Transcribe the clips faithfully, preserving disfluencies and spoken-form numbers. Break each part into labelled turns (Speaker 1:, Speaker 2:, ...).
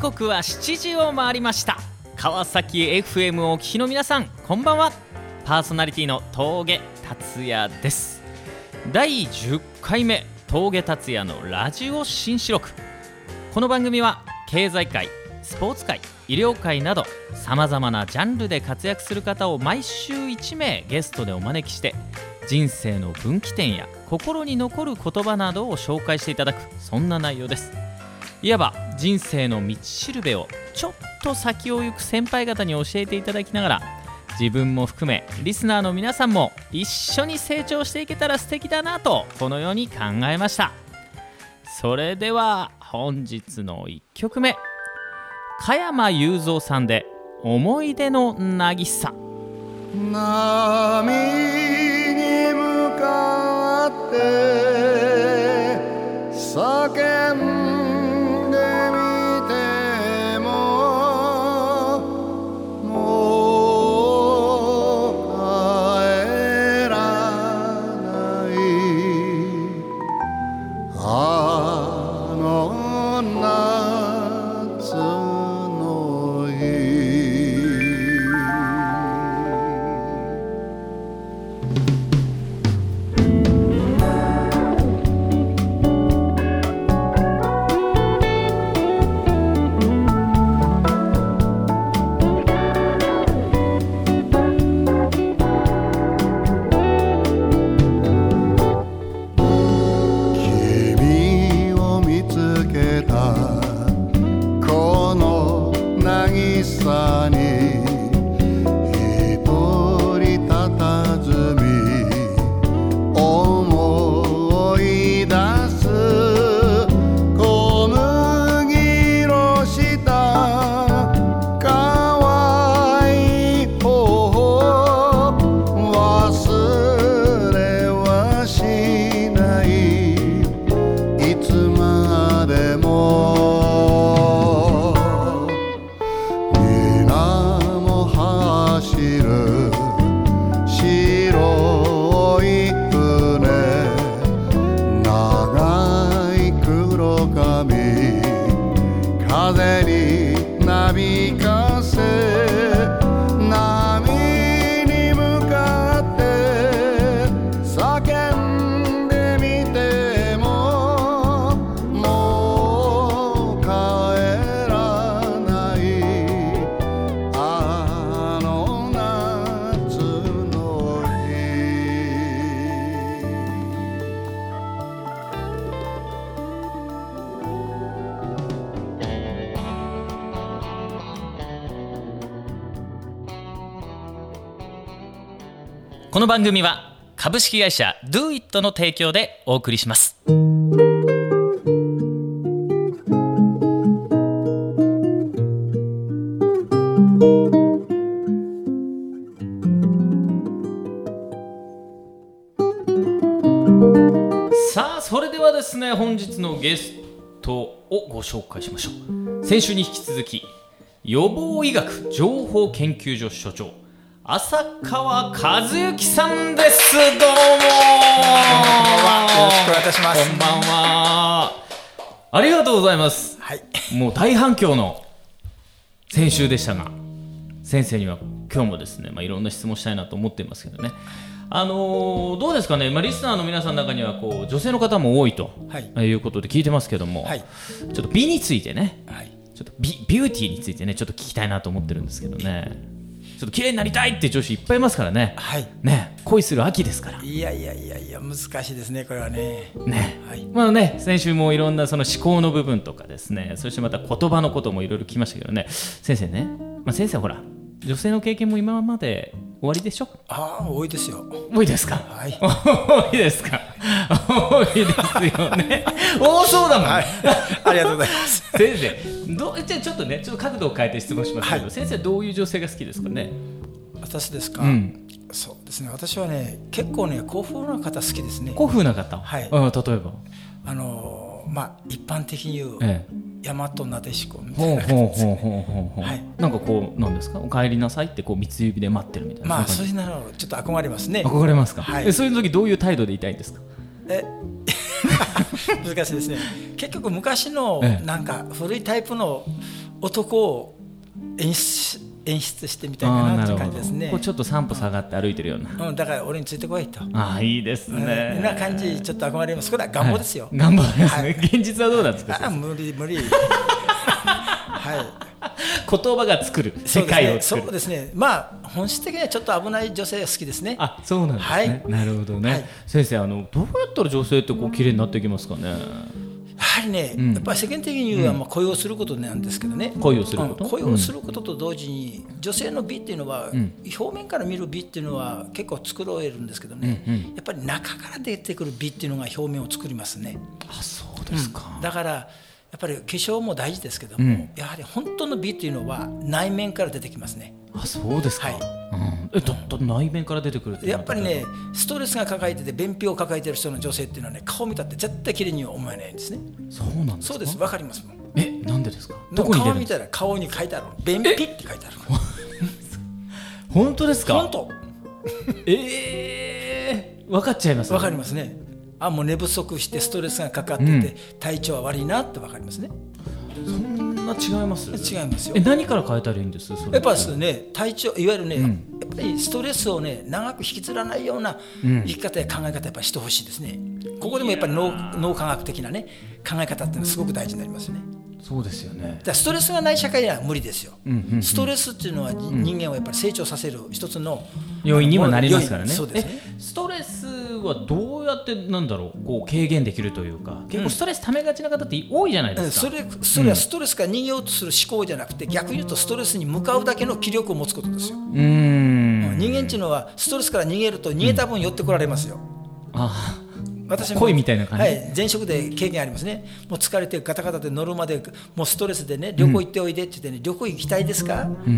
Speaker 1: 刻はしちじを回りました。川崎 エフエム をお聞きの皆さん、こんばんは。パーソナリティの峠達也です。だいじゅっかいめ峠達也のラジオ新四録。この番組は経済界、スポーツ界、医療界などさまざまなジャンルで活躍する方を毎週いちめいゲストでお招きして、人生の分岐点や心に残る言葉などを紹介していただく、そんな内容です。いわば人生の道しるべをちょっと先を行く先輩方に教えていただきながら、自分も含めリスナーの皆さんも一緒に成長していけたら素敵だなと、このように考えました。それでは本日のいっきょくめ、加山雄三さんで思い出の渚。
Speaker 2: 波に向かって叫んでみても、もう帰らないあの夏の日。君を見つけたこの渚に一人佇み思い出す、小麦色した可愛い方、忘れはしない、いつまでも。水面走る白い船、長い黒髪、風になびかせ、波に向かって叫んでみても、もう帰らないあの夏の日。
Speaker 1: この番組は株式会社 Do It の提供でお送りします。さあ、それではですね、本日のゲストをご紹介しましょう。先週に引き続き、予防医学情報研究所所長、浅川和之さんです。どうも。
Speaker 3: よろしくお願いいたします。
Speaker 1: こんばんは。ありがとうございます。
Speaker 3: はい。
Speaker 1: もう大反響の先週でしたが、先生には今日もですね、まあ、いろんな質問したいなと思っていますけどね。あのー、どうですかね、まあ、リスナーの皆さんの中にはこう女性の方も多いと、はい、いうことで聞いてますけども、はい、ちょっと美についてね、はい、ちょっと ビ, ビューティーについてね、ちょっと聞きたいなと思ってるんですけどね。ちょっと綺麗になりたいって女子いっぱいいますからね。はい。ね、恋する秋ですから。
Speaker 3: いやいやいやいや、難しいですね、これはね。
Speaker 1: ね。はい。まあね、先週もいろんなその思考の部分とかですね、そしてまた言葉のこともいろいろ聞きましたけどね。先生ね、まあ、先生ほら、女性の経験も今まで終わりでしょ。
Speaker 3: ああ、多いですよ。
Speaker 1: 多いですか。
Speaker 3: はい。
Speaker 1: 多いですか。多いですよね。多そうだもん。はい。
Speaker 3: ありがとうございます。
Speaker 1: 先生、どじゃあちょっとね、ちょっと角度を変えて質問しますけど、はい、先生どういう女性が好きですかね。
Speaker 3: 私ですか。
Speaker 1: うん、
Speaker 3: そうですね。私はね、結構ね、古風な方好きですね。
Speaker 1: 古風な方。
Speaker 3: はい。
Speaker 1: あ、例えば。
Speaker 3: あのー、まあ一般的に言う。ええ、大和なでしこみたいな感じですね。はい。なんかこうなんですか。お帰りなさいってこう三つ指で待ってるみたいな。 まあそういうのちょっと憧れますね。
Speaker 1: 憧れますか。
Speaker 3: はい。
Speaker 1: え、そういう時どういう態度でいたいんですか。
Speaker 3: え。難しいですね。結局昔のなんか古いタイプの男を演出演出してみたいかなって感じですね。
Speaker 1: こうちょっと散歩下がって歩いてるような、
Speaker 3: うん、だから俺についてこいと。
Speaker 1: ああ、いいですね。
Speaker 3: うん、な感じちょっと憧れます。これは願望ですよ。
Speaker 1: はい、願望ですね、はい、現実はどうなんですか。
Speaker 3: あ、無理無理はい、
Speaker 1: 言葉が作る世界を作る。
Speaker 3: そうですね。まあ本質的にはちょっと危ない女性が好きですね。
Speaker 1: あ、そうなんですね。
Speaker 3: はい、
Speaker 1: なるほどね。はい、先生、あのどうやったら女性ってこう綺麗になっていきますかね。
Speaker 3: やはりね、うん、やっぱり世間的に言うはまあ恋をすることなんですけどね、
Speaker 1: 恋をすること、
Speaker 3: うん、恋をすることと同時に、うん、女性の美っていうのは、うん、表面から見る美っていうのは結構作られるんですけどね、うんうん、やっぱり中から出てくる美っていうのが表面を作りますね。
Speaker 1: あ、そうですか。
Speaker 3: うん、だからやっぱり化粧も大事ですけども、うん、やはり本当の美っていうのは内面から出てきますね。
Speaker 1: あ、そうですか。はい、うん、えだだ内面から出てくるって
Speaker 3: やっぱりね、ストレスが抱えてて便秘を抱えている人の女性っていうのはね、顔見たって絶対綺麗には思えないんですね。
Speaker 1: そうなんですか。
Speaker 3: そうです、わかりますもん。
Speaker 1: え、なんでですか。どこに出るんですか。顔見たら顔に書いてある便秘って書いてある本当ですか。
Speaker 3: 本当
Speaker 1: えー、分かっちゃいます、ね、
Speaker 3: わかりますね。あ、もう寝不足してストレスがかかってて、うん、体調は悪いなってわかりますね。
Speaker 1: そんな違います。
Speaker 3: 違いますよ。
Speaker 1: え、何から変えたらいいんです。それ
Speaker 3: やっぱりね、体調、いわゆるね、うん、やっぱりストレスをね長く引きずらないような生き方や考え方やっぱりしてほしいですね。ここでもやっぱり 脳, 脳科学的なね考え方っていうのはすごく大事になりますね。
Speaker 1: そうですよね。
Speaker 3: だからストレスがない社会は無理ですよ。うんうんうん、ストレスっていうのは人間をやっぱり成長させる一つの
Speaker 1: 要因にもなりますからね。
Speaker 3: そうですね。
Speaker 1: え、ストレスはどうやってなんだろう、こう軽減できるというか、結構ストレスためがちな方って多いじゃないですか。
Speaker 3: うん、それそれはストレスから逃げようとする思考じゃなくて、逆に言うとストレスに向かうだけの気力を持つことですよ。うーん、人間っていうのはストレスから逃げると逃げた分寄ってこられますよ。うん、ああ、私も
Speaker 1: 恋みたいな感じ、
Speaker 3: はい、前職で経験ありますね。もう疲れてガタガタで乗るまでもうストレスでね、旅行行っておいでって言ってね、旅行行きたいですか、うん、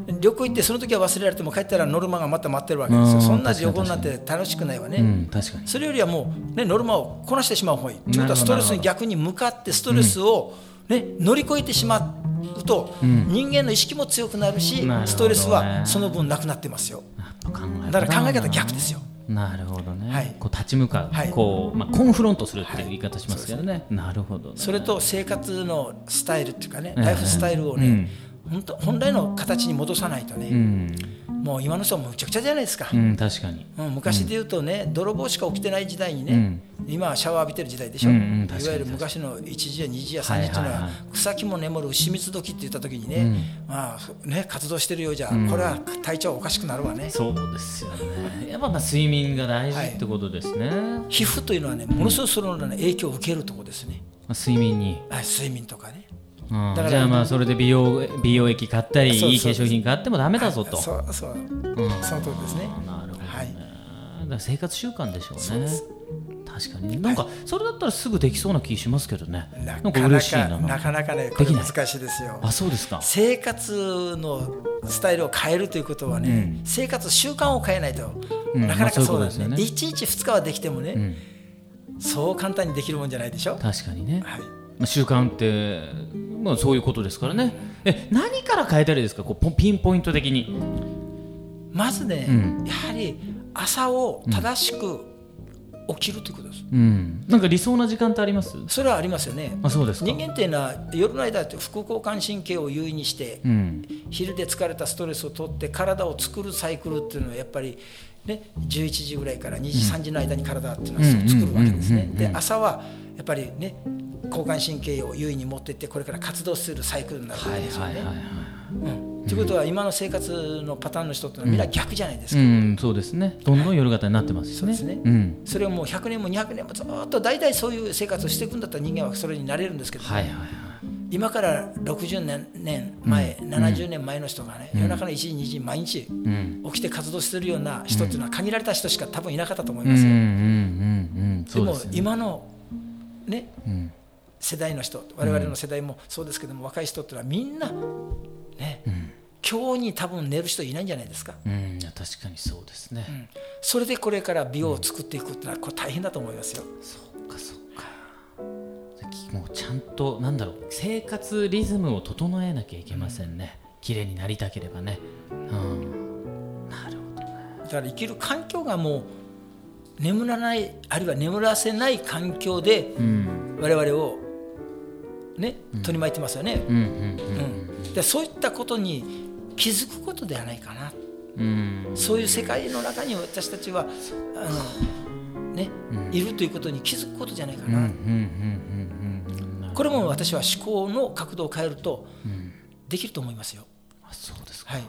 Speaker 3: 旅行行ってその時は忘れられても帰ったらノルマがまた待ってるわけですよ。そんな旅行なんて楽しくないわね、うん、確かに。それよりはもう、ね、ノルマをこなしてしまう方がいい。ということはストレスに逆に向かってストレスを、ね、乗り越えてしまうと、うん、人間の意識も強くなるし、ね、ストレスはその分なくなってますよ。だから考え方逆ですよ。
Speaker 1: なるほどね、はい、こう立ち向かう、はい、こうまあ、コンフロントするっていう言い方しますけどね、はい、なるほどね。
Speaker 3: それと生活のスタイルっていうかね、ライフスタイルをね、うん本当本来の形に戻さないとね、うん、もう今の人はむちゃくちゃじゃないですか、
Speaker 1: うん、確かに、
Speaker 3: うん、昔で言うとね、うん、泥棒しか起きてない時代にね、うん、今はシャワー浴びてる時代でしょ、うんうん、いわゆる昔のいちじやにじやさんじっていうのは草木も眠る牛蜜時って言った時にね、うんまあ、ね活動してるようじゃ、うん、これは体調おかしくなるわね。
Speaker 1: そうですよね。やっぱまあ睡眠が大事ってことですね、はい、
Speaker 3: 皮膚というのはねものすごくその影響を受けるところですね、
Speaker 1: うん、睡眠に、
Speaker 3: はい、睡眠とかね。
Speaker 1: うん、だからじゃあまあそれで美容、美容液買ったりいい化粧品買ってもダメだぞと、
Speaker 3: はい、そうそう、うん、その通りですね。
Speaker 1: なるほどね、
Speaker 3: はい、
Speaker 1: だから生活習慣でしょうね。確かになんかそれだったらすぐできそうな気しますけどね。
Speaker 3: なかなか嬉しいな。なかなかねこれ難しいですよ。
Speaker 1: あ、そうですか。
Speaker 3: 生活のスタイルを変えるということはね、うん、生活習慣を変えないと、うん、なかなかそうなんですね。いちにちふつかはできてもね、うん、そう簡単にできるもんじゃないでしょ。
Speaker 1: 確かにね、はい、習慣ってまあ、そういうことですからね。え、何から変えたらいいですか、こうピンポイント的に。
Speaker 3: まずね、うん、やはり朝を正しく起きるということです、
Speaker 1: うん、なんか理想な時間ってあります？
Speaker 3: それはありますよね。
Speaker 1: あ、そうですか。
Speaker 3: 人間っていうのは夜の間って副交感神経を優位にして、うん、昼で疲れたストレスを取って体を作るサイクルっていうのはやっぱりね、じゅういちじぐらいからにじ、さんじの間に体っていうのは作るわけですね。で、朝はやっぱりね交感神経を優位に持っていってこれから活動するサイクルになるわけですよね。ということは今の生活のパターンの人ってのはみんな逆じゃないですか、
Speaker 1: うんうん、そうですね。どんどん夜型になってますしね、
Speaker 3: そうですね、うん、それをもうひゃくねんもにひゃくねんもずっと大体そういう生活をしていくんだったら人間はそれになれるんですけど、ね、はいはいはい、今からろくじゅうねんまえ、うん、ななじゅうねんまえの人がね、うん、夜中のいちじにじ毎日起きて活動するような人っていうのは限られた人しか多分いなかったと思いますよ。でも今のね、うん、世代の人、我々の世代もそうですけども、若い人っていうのはみんなね、うん、今日に多分寝る人いないんじゃないですか、
Speaker 1: うん、いや確かにそうですね、うん、
Speaker 3: それでこれから美容を作っていくっていうのはこれ大変だと思いますよ、
Speaker 1: うん、そうかそうか。もうちゃんとなんだろう、生活リズムを整えなきゃいけませんね、うん、綺麗になりたければね、うん、なるほどね。
Speaker 3: だから生きる環境がもう眠らない、あるいは眠らせない環境で我々をね、取り巻いてますよね。でそういったことに気づくことではないかな、うん、そういう世界の中に私たちはあの、ねうん、いるということに気づくことじゃないかな。これも私は思考の角度を変えるとできると思いますよ。
Speaker 1: あ、そうですか。
Speaker 3: はい、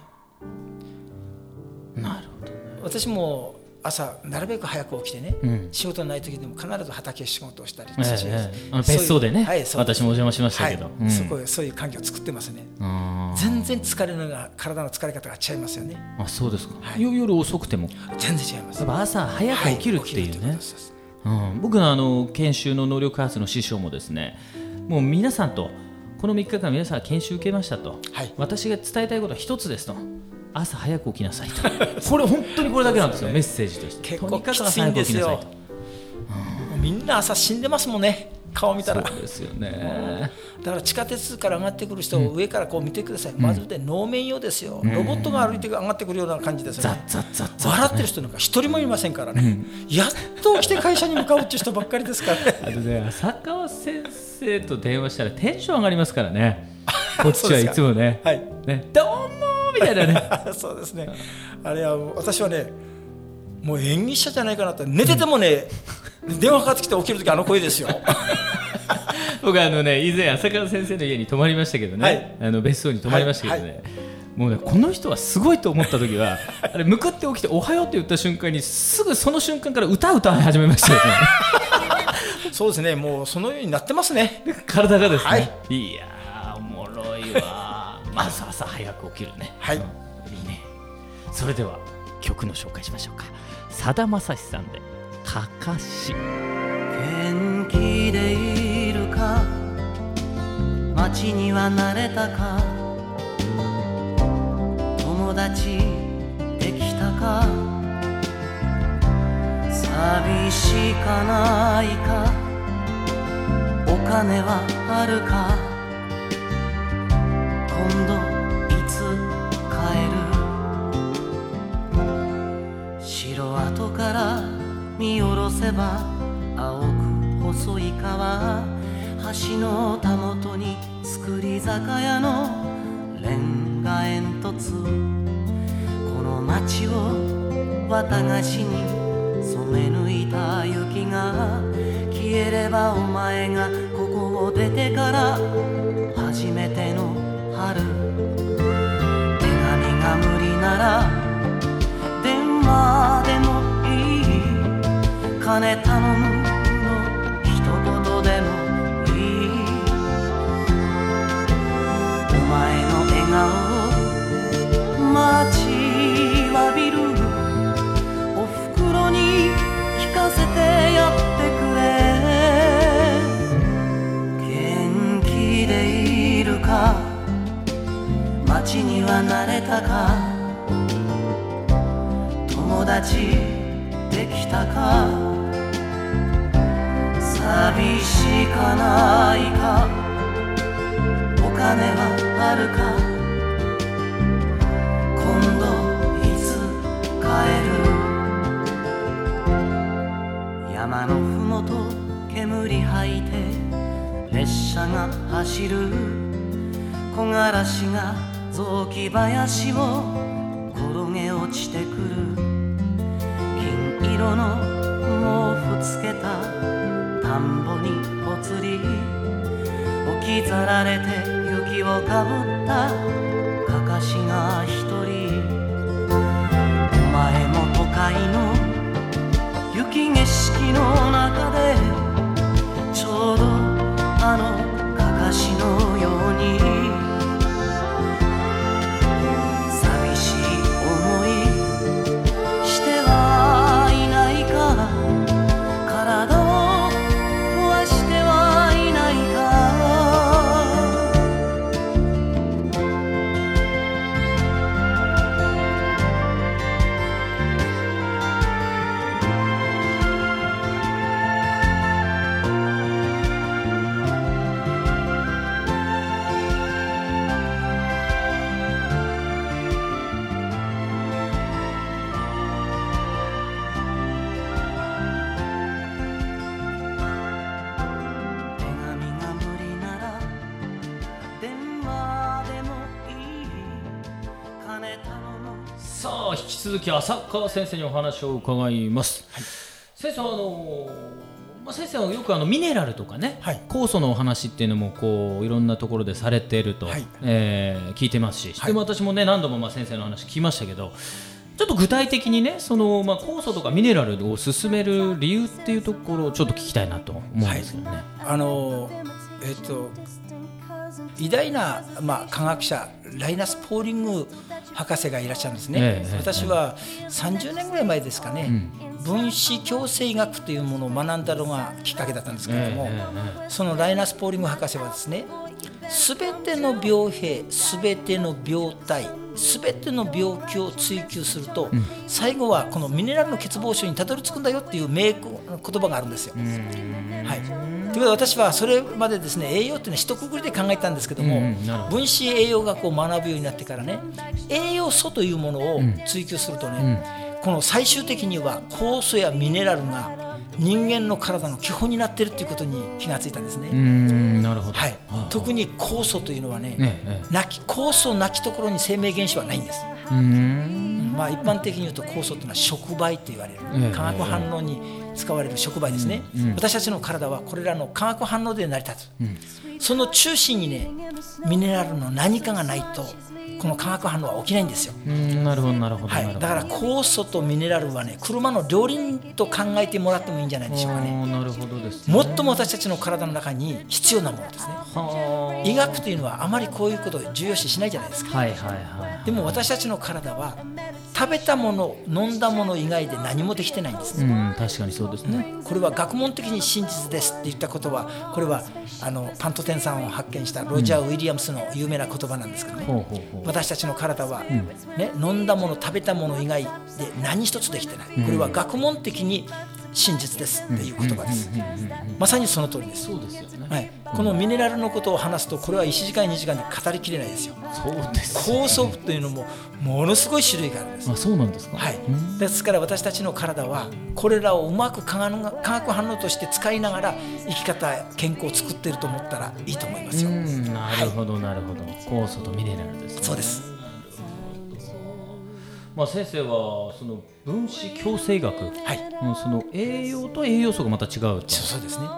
Speaker 1: なるほどね。
Speaker 3: 私も朝なるべく早く起きてね、うん、仕事のない時でも必ず畑仕事をしたりして、
Speaker 1: ええ、あの別荘でね、はい、私もお邪魔しましたけど、はいうん、
Speaker 3: そこそういう環境を作ってますね。全然疲れのが体の疲れ方が違いますよね。
Speaker 1: あ、そうですか、はい、夜遅くても
Speaker 3: 全然違います。
Speaker 1: やっぱ朝早く起きるっていうね、はい、うん、僕のあの研修の能力開発の師匠もですね、もう皆さんとこのみっかかん皆さん研修受けましたと、はい、私が伝えたいことは一つですと、朝早く起きなさいとこれ本当にこれだけなんですよ、メッセージとして。
Speaker 3: 結構きついんですよ、うん、みんな朝死んでますもんね、顔見たら。
Speaker 1: そうですよね。
Speaker 3: だから地下鉄から上がってくる人を上からこう見てください、うん、まるで能面用ですよ、うん、ロボットが歩いて上がってくるような感じですよね。
Speaker 1: ザッザッザッザッ、
Speaker 3: 笑ってる人なんか一人もいませんからね、うん、やっと起きて会社に向かうっていう人ばっかりですからね。
Speaker 1: あとね、浅川先生と電話したらテンション上がりますからねこっちはいつもね、はい、ね、どうもみたいなね
Speaker 3: そうですね。あれは私はね、もう演技者じゃないかなと。寝ててもね、うん、電話かかってきて起きるときあの声ですよ
Speaker 1: 僕あのね、以前浅川先生の家に泊まりましたけどね、はい、あの別荘に泊まりましたけどね、はいはい、もうね、この人はすごいと思ったときはあれ向かって起きておはようって言った瞬間にすぐその瞬間から歌歌い始めましたよね
Speaker 3: そうですね、もうそのようになってますね、
Speaker 1: 体がですね、はい、いやーおもろいわまず朝早く起きるね、はい、いいね。それでは曲の紹介しましょうか。さだまさしさんでかかし。
Speaker 4: 元気でいるか、街には慣れたか、友達できたか、寂しかないか、お金はあるか、今度いつ帰る。城跡から見下ろせば青く細い川、橋のたもとに造り酒屋のレンガ煙突、この街を綿菓子に染め抜いた雪が消えれば、お前がここを出てから初めての春。手紙が無理なら電話でもいい、金頼むの一言でもいい。お前の笑顔を待ちわびる、おふくろに聞かせてやってくれ。元気でいるか、街には慣れたか、友達できたか、寂しかないか、お金はあるか、今度いつ帰る。山のふもと煙吐いて列車が走る、木枯らしが雑木林を転げ落ちてくる。金色の毛布つけた田んぼにぽつり置き去られて雪をかぶったかかしが一人。お前も都会の雪景色の中でちょうどあのかかしのように寂しい思いしてはいないか、体を壊してはいないか。
Speaker 1: 引き続き浅川先生にお話を伺います、はい、先生あのまあ、先生はよくあのミネラルとかね、はい、酵素のお話っていうのもこういろんなところでされていると、はい、えー、聞いてますし、はい、でも私もね何度もまあ先生の話聞きましたけど、ちょっと具体的にねその、まあ、酵素とかミネラルを進める理由っていうところをちょっと聞きたいなと思うんですけどね、はい、
Speaker 3: あのえっと偉大な、まあ、科学者ライナス・ポーリング博士がいらっしゃるんですね、ええ、私はさんじゅうねんぐらい前ですかね、うん、分子共生学というものを学んだのがきっかけだったんですけれども、ええ、そのライナス・ポーリング博士はですね、すべての病兵、すべての病態、すべての病気を追求すると、うん、最後はこのミネラルの欠乏症にたどり着くんだよっていう名言葉があるんですよ。はい、ということで私はそれまでですね栄養っていうのは一括りで考えたんですけども、うん、ど分子栄養学を学ぶようになってからね、栄養素というものを追求するとね、うん、この最終的には酵素やミネラルが人間の体の基本になっているということに気がついたんですね。
Speaker 1: うーん、なるほど、
Speaker 3: はい、特に酵素というのはね、ねねなき酵素なきところに生命現象はないんです。うーん、まあ、一般的に言うと酵素というのは触媒と言われる、ね、化学反応に使われる触媒ですね、うんうん、私たちの体はこれらの化学反応で成り立つ、うん、その中心にねミネラルの何かがないとこの化学反応は起きないんですよ。
Speaker 1: うん、なるほどなるほど、はい、
Speaker 3: だから酵素とミネラルはね車の両輪と考えてもらってもいいんじゃないでしょうかね。
Speaker 1: なるほどですね。
Speaker 3: 最も私たちの体の中に必要なものですね。医学というのはあまりこういうことを重要視しないじゃないですか、はいはいはいはい、でも私たちの体は食べたもの飲んだもの以外で何もできてないんです、ね、
Speaker 1: うん、確かにそうですね。
Speaker 3: これは学問的に真実ですって言ったことはこれはあのパントテン酸を発見したロジャー・ウィリアムスの有名な言葉なんですけどね、うん、私たちの体は、うんね、飲んだもの食べたもの以外で何一つできてない、これは学問的に真実ですっていう言葉です。まさにその通りです。
Speaker 1: そうですよね、
Speaker 3: はい、このミネラルのことを話すとこれはいちじかんにじかんで語りきれないですよ。
Speaker 1: そうですね、
Speaker 3: 酵素というのもものすごい種類があるんです。
Speaker 1: あ、そうなんですか、
Speaker 3: はい、ですから私たちの体はこれらをうまく化学反応として使いながら生き方健康を作っていると思ったらいいと思いますよ。うん、
Speaker 1: なるほど、はい、なるほど。酵素とミネラルですね。
Speaker 3: そうです。
Speaker 1: まあ、先生はその分子共生学、はい、その栄養と栄養素がまた違うと。
Speaker 3: そうですね、
Speaker 1: うん、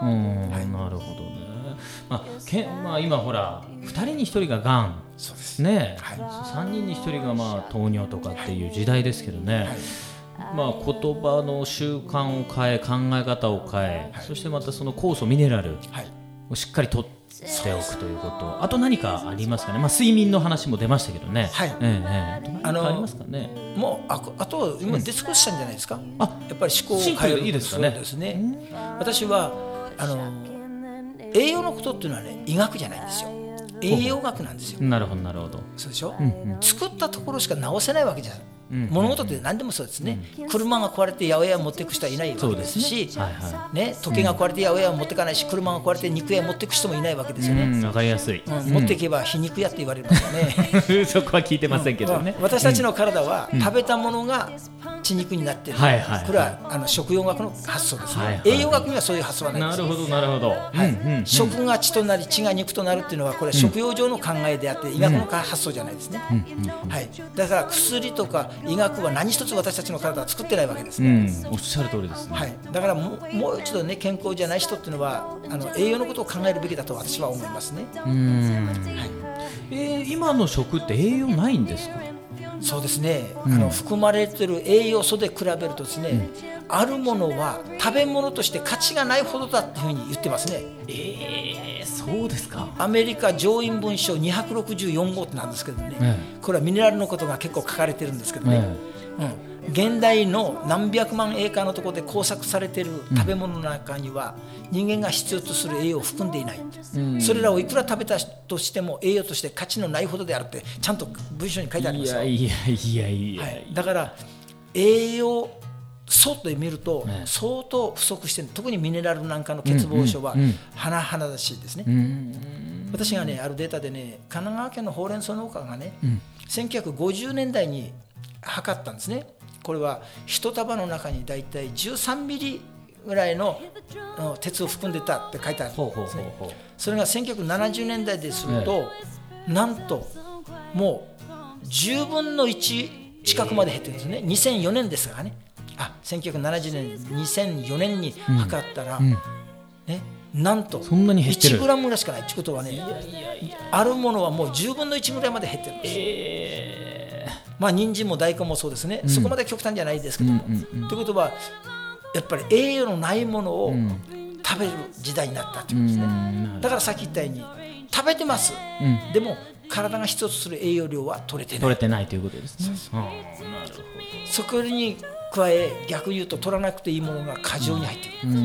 Speaker 1: はい、なるほどね。まあけまあ、今ほらふたりにひとりががん、そうですね、はい、さんにんにひとりがまあ糖尿とかっていう時代ですけどね、はい、まあ、言葉の習慣を変え考え方を変え、はい、そしてまたその酵素ミネラルをしっかりとっておくということ、あと何かありますかね。まあ、睡眠の話も出ましたけどね、はい、ええええ、何かありますかね。
Speaker 3: もう あ, あと今出尽くしたんじゃないですか、うん、あ、やっぱり思考を変える。
Speaker 1: いいですかね。
Speaker 3: そうですね、私はあの栄養のことっていうのはね医学じゃないんですよ、栄養学なんですよ。
Speaker 1: なるほどなるほど。
Speaker 3: そうでしょ、うんうん、作ったところしか直せないわけじゃない、うん、物事って何でもそうですね、うん、車が壊れて八百屋を持っていく人はいないわけですし、ね、はいはいね、時計が壊れて八百屋を持っていかないし、車が壊れて肉屋を持っていく人もいないわけですよね。
Speaker 1: うん、分かりやすい、
Speaker 3: うん、持っていけば皮肉屋って言われますよね
Speaker 1: そこは聞いてませんけどね、
Speaker 3: うん、私たちの体は食べたものが血肉になっている、うん、はいはいはい、これはあの食用学の発想ですね、はいはい、栄養学にはそういう発想はないです。
Speaker 1: なるほどなるほど、はい、うんうん、
Speaker 3: 食が血となり血が肉となるっていうのはこれは食用上の考えであって、うん、医学の発想じゃないですね、うんうんうん、はい、だから薬とか医学は何一つ私たちの体は作ってないわけです、ね、
Speaker 1: うん、おっしゃる通りですね、
Speaker 3: はい、だからもう、もう一度ね健康じゃない人っていうのはあの栄養のことを考えるべきだと私は思いますね。うーん、はい、
Speaker 1: えー、今の食って栄養ないんですか。
Speaker 3: そうですね、うん、あの含まれている栄養素で比べるとですね、うん、あるものは食べ物として価値がないほどだっていうふうに言ってますね。
Speaker 1: えー、そうですか。
Speaker 3: アメリカ上院文書にひゃくろくじゅうよんごうってなんですけどね、うん、これはミネラルのことが結構書かれてるんですけどね、うんうん、現代の何百万エーカーのところで工作されている食べ物の中には人間が必要とする栄養を含んでいない、うん、それらをいくら食べたとしても栄養として価値のないほどであるってちゃんと文章に書いてありますよ。
Speaker 1: いやいやいやいや、はい、
Speaker 3: だから栄養素と見ると相当不足している、特にミネラルなんかの欠乏症は甚だしいですね、うんうんうん、私がねあるデータでね神奈川県のほうれん草農家がね、うん、せんきゅうひゃくごじゅうねんだいに測ったんですね。これは一束の中にだいたいじゅうさんミリぐらいの鉄を含んでたって書いてあるんですね。それがせんきゅうひゃくななじゅうねんだいですると、ね、なんともうじゅうぶんのいち近くまで減ってるんですね。にせんよねんですがね、あせんきゅうひゃくななじゅうねんにせんよねんに測ったら、うんうんね、なんと
Speaker 1: そんなに減ってる、
Speaker 3: いちグラムぐらいしかないってことはね、いやいやいやあるものはもうじゅうぶんのいちぐらいまで減ってるんです、えー、まあ人参も大根もそうですね、うん、そこまで極端じゃないですけども、うんうんうん、ということはやっぱり栄養のないものを食べる時代になったということですね、うん、だからさっき言ったように食べてます、うん、でも体が必要とする栄養量は取れてない
Speaker 1: 取れてないということですね。あ、なるほど。
Speaker 3: そこに加え逆に言うと取らなくていいものが過剰に入っている、うん、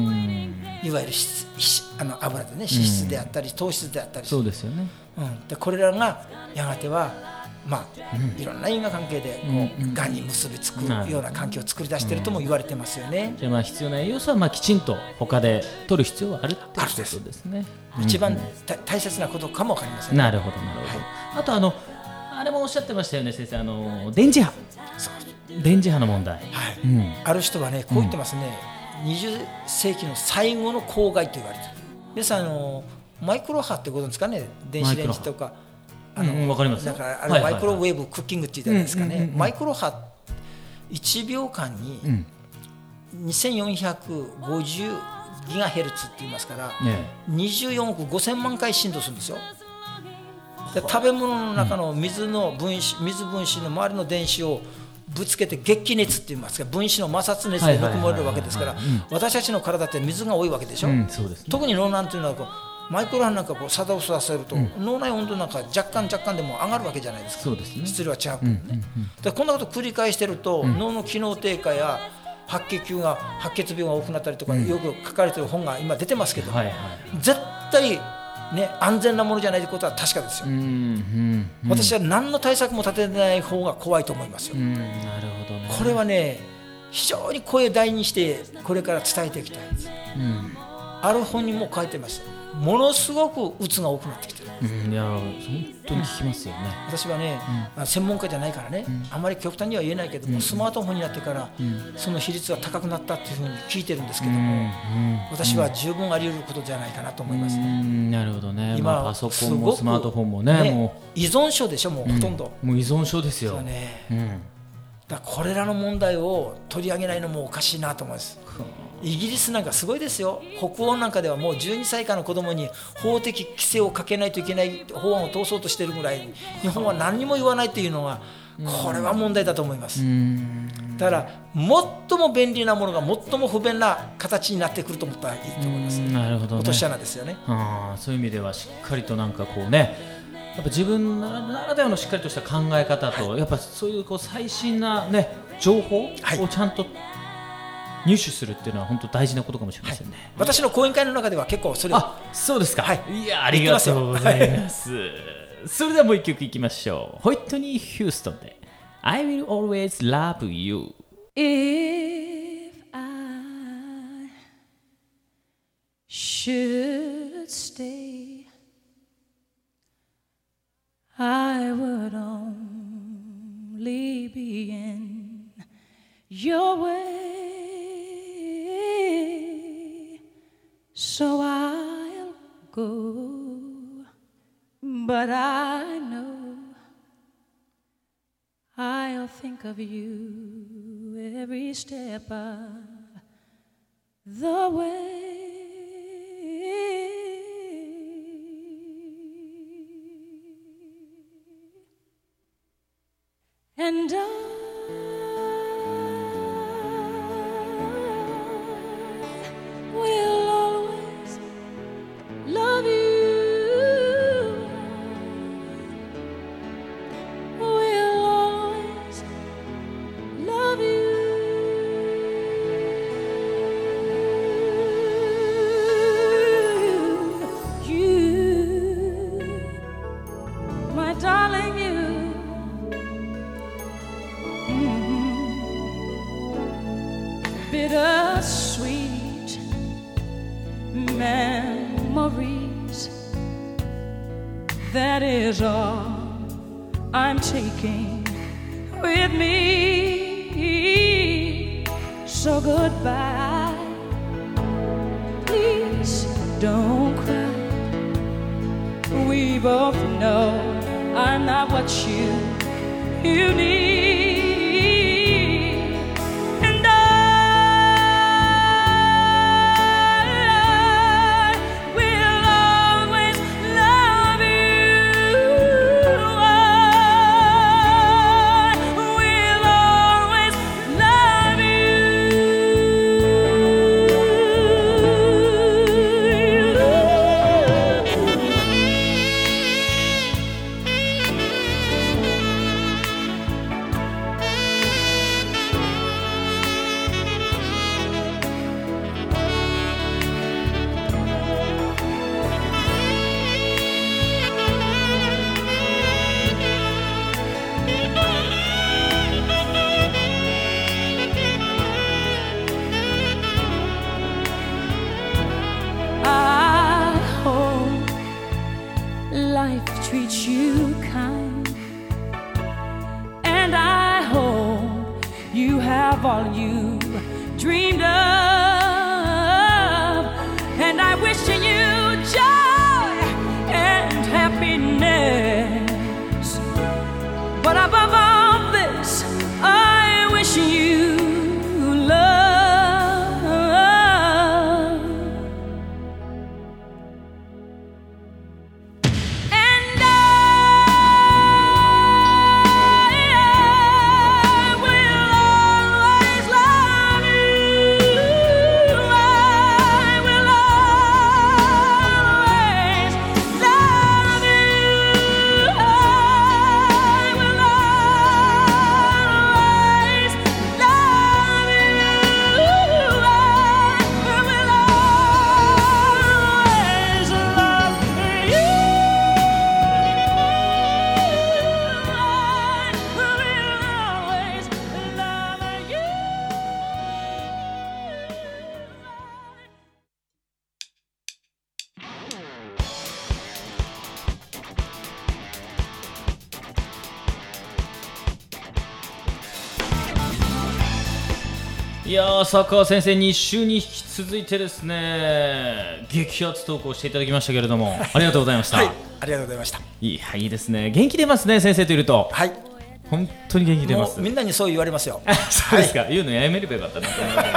Speaker 3: いわゆる質あの油でね、脂質であったり、うん、糖質であったり、
Speaker 1: そうですよね、
Speaker 3: うん、でこれらがやがてはまあ、うん、いろんな因果関係でこう、うん、がんに結びつくような環境を作り出しているとも言われてますよね、
Speaker 1: うん、じゃあまあ必要な栄養素はまあきちんと他で取る必要はあるってことですね。
Speaker 3: 一番大切なことかもわかりません、ね、
Speaker 1: なるほどなるほど、はい、あとあのあれもおっしゃってましたよね先生、あの電磁波、電磁波の問題、はい
Speaker 3: うん、ある人はねこう言ってますね、うん、にじゅっせいきの最後の公害と言われている。皆さんあのマイクロ波ってことですかね、電子レンジとかあの、うん、分かります。だからあれマイクロウェーブクッキングって言ったんですかね。マイクロ波いちびょうかんににせんよんひゃくごじゅうギガヘルツって言いますから、ね、にじゅうよんおくごせんまんかい振動するんですよ。で食べ物の中の水の分子、水分子の周りの電子をぶつけて激気熱って言いますか、分子の摩擦熱でぬくもれるわけですから、私たちの体って水が多いわけでしょ、うんそうですね、特に脳なんていうのはこうマイクロ波なんかこう作動させると、うん、脳内温度なんか若干若干でも上がるわけじゃないですか。
Speaker 1: そうですね、
Speaker 3: 質量は違うからね、うんうんうん、でこんなこと繰り返してると、うん、脳の機能低下や白血球が白血病が多くなったりとか、うん、よく書かれてる本が今出てますけど、はいはい、絶対ね、安全なものじゃないということは確かですよ、うんうんうん、私は何の対策も立てない方が怖いと思いますよ、うん、なるほどね。これはね非常に声大にしてこれから伝えていきたいです、うん、ある本にも書いてます。ものすごくうつが多くなってきてる、
Speaker 1: うん、いや本当に聞きますよね、
Speaker 3: うん、私はね、うん、専門家じゃないからね、うん、あまり極端には言えないけども、うん、スマートフォンになってから、うん、その比率は高くなったっていうふうに聞いてるんですけども、うんうん、私は十分あり得ることじゃないかなと思いますね、
Speaker 1: うん、なるほどね。今、まあ、パソコンもスマートフォンも ね, ねもう
Speaker 3: 依存症でしょ、もうほとんど、
Speaker 1: うん、もう依存症ですよ、
Speaker 3: そうね、うん、だからこれらの問題を取り上げないのもおかしいなと思います。イギリスなんかすごいですよ。北欧なんかではもうじゅうにさい以下の子供に法的規制をかけないといけない法案を通そうとしているぐらい、日本は何にも言わないというのがこれは問題だと思います。だから最も便利なものが最も不便な形になってくると思ったらいいと思います。
Speaker 1: なるほどね。
Speaker 3: 落とし穴ですよね。
Speaker 1: あ、そういう意味ではしっかりとなんかこうね、やっぱ自分ならではのしっかりとした考え方と、はい、やっぱそういうこう最新な、ね、情報をちゃんと入手するっていうのは本当大事なことかもしれませんね、はい、
Speaker 3: 私の講演会の中では結構それを。
Speaker 1: あ、そうですか、
Speaker 3: はい、
Speaker 1: いやありがとうございます、はい、それではもう一曲いきましょう。ホイットニー・ヒューストンで I will always love you。
Speaker 5: If I should stay, I would only be in your way, so I'll go, but I know I'll think of you every step of the way. And I will always love you, will always love you. You, my darling, you. Bittersweet memories, that is all I'm taking with me. So goodbye, please don't cry. We both know I'm not what you, you need. treats you kind, and I hope you have all you dreamed of, and I wish you joy and happiness, but above all this I wish you love.
Speaker 1: いやー、浅川先生、に週に引き続いてですね、激アツ投稿していただきましたけれども、ありがとうございました。
Speaker 3: はい、ありがとうございました。
Speaker 1: いや、いいですね、元気出ますね、先生といると。
Speaker 3: はい、
Speaker 1: 本当に元気出ます。
Speaker 3: みんなにそう言われますよ。
Speaker 1: そうですか、はい、言うのやめればよかったな。い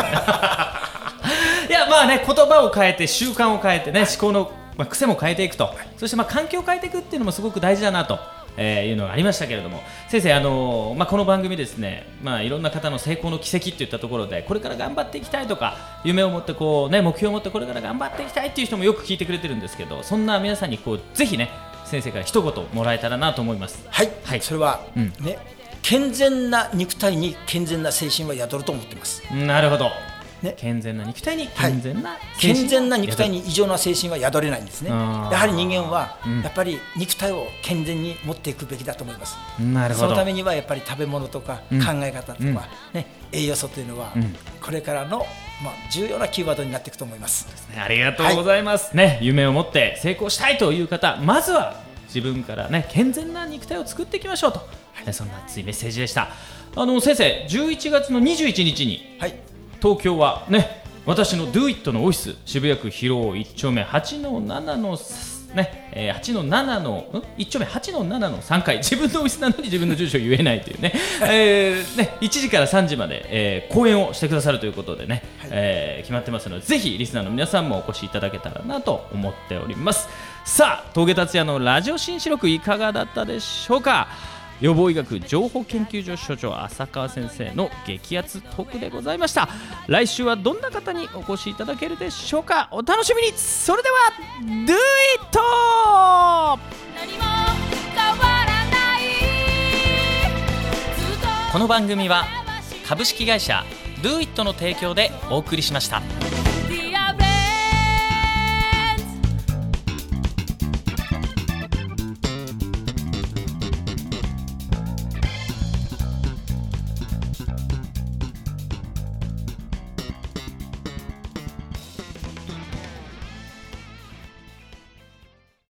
Speaker 1: や、まあね、言葉を変えて習慣を変えてね、思考の、まあ、癖も変えていくと、そしてまあ環境を変えていくっていうのもすごく大事だなと、えー、いうのがありましたけれども、先生、あのーまあ、この番組ですね、まあ、いろんな方の成功の軌跡といったところで、これから頑張っていきたいとか、夢を持ってこう、ね、目標を持ってこれから頑張っていきたいっていう人もよく聞いてくれてるんですけど、そんな皆さんにこうぜひね、先生から一言もらえたらなと思います。
Speaker 3: はい、はい、それは、うんね、健全な肉体に健全な精神は宿ると思っています。
Speaker 1: なるほど、ね、健全な肉体に健全な、はい、
Speaker 3: 健全な肉体に異常な精神は宿れないんですね。やはり人間は、うん、やっぱり肉体を健全に持っていくべきだと思います。
Speaker 1: なるほど。
Speaker 3: そのためにはやっぱり食べ物とか考え方とか、うんね、栄養素というのは、うん、これからの、まあ、重要なキーワードになっていくと思います。
Speaker 1: ですね、ありがとうございます、はい、ね、夢を持って成功したいという方、まずは自分からね、健全な肉体を作っていきましょうと、はい、そんな熱いメッセージでした。あの先生、じゅういちがつのにじゅういちにちに、はい、東京はね、私の Do It のオフィス、渋谷区広尾いっちょうめ はちのなな のね、えー、はちのななのいっちょうめ はちのなな のさんかい、自分のオフィスなのに自分の住所を言えないというね、えー、ね、いちじからさんじまで、えー、講演をしてくださるということでね、はい、えー、決まってますので、ぜひリスナーの皆さんもお越しいただけたらなと思っております。さあ、峠達也のラジオ新四録いかがだったでしょうか。予防医学情報研究所所長浅川先生の激アツトークでございました。来週はどんな方にお越しいただけるでしょうか。お楽しみに。それでは Do It！ この番組は株式会社 Do It の提供でお送りしました。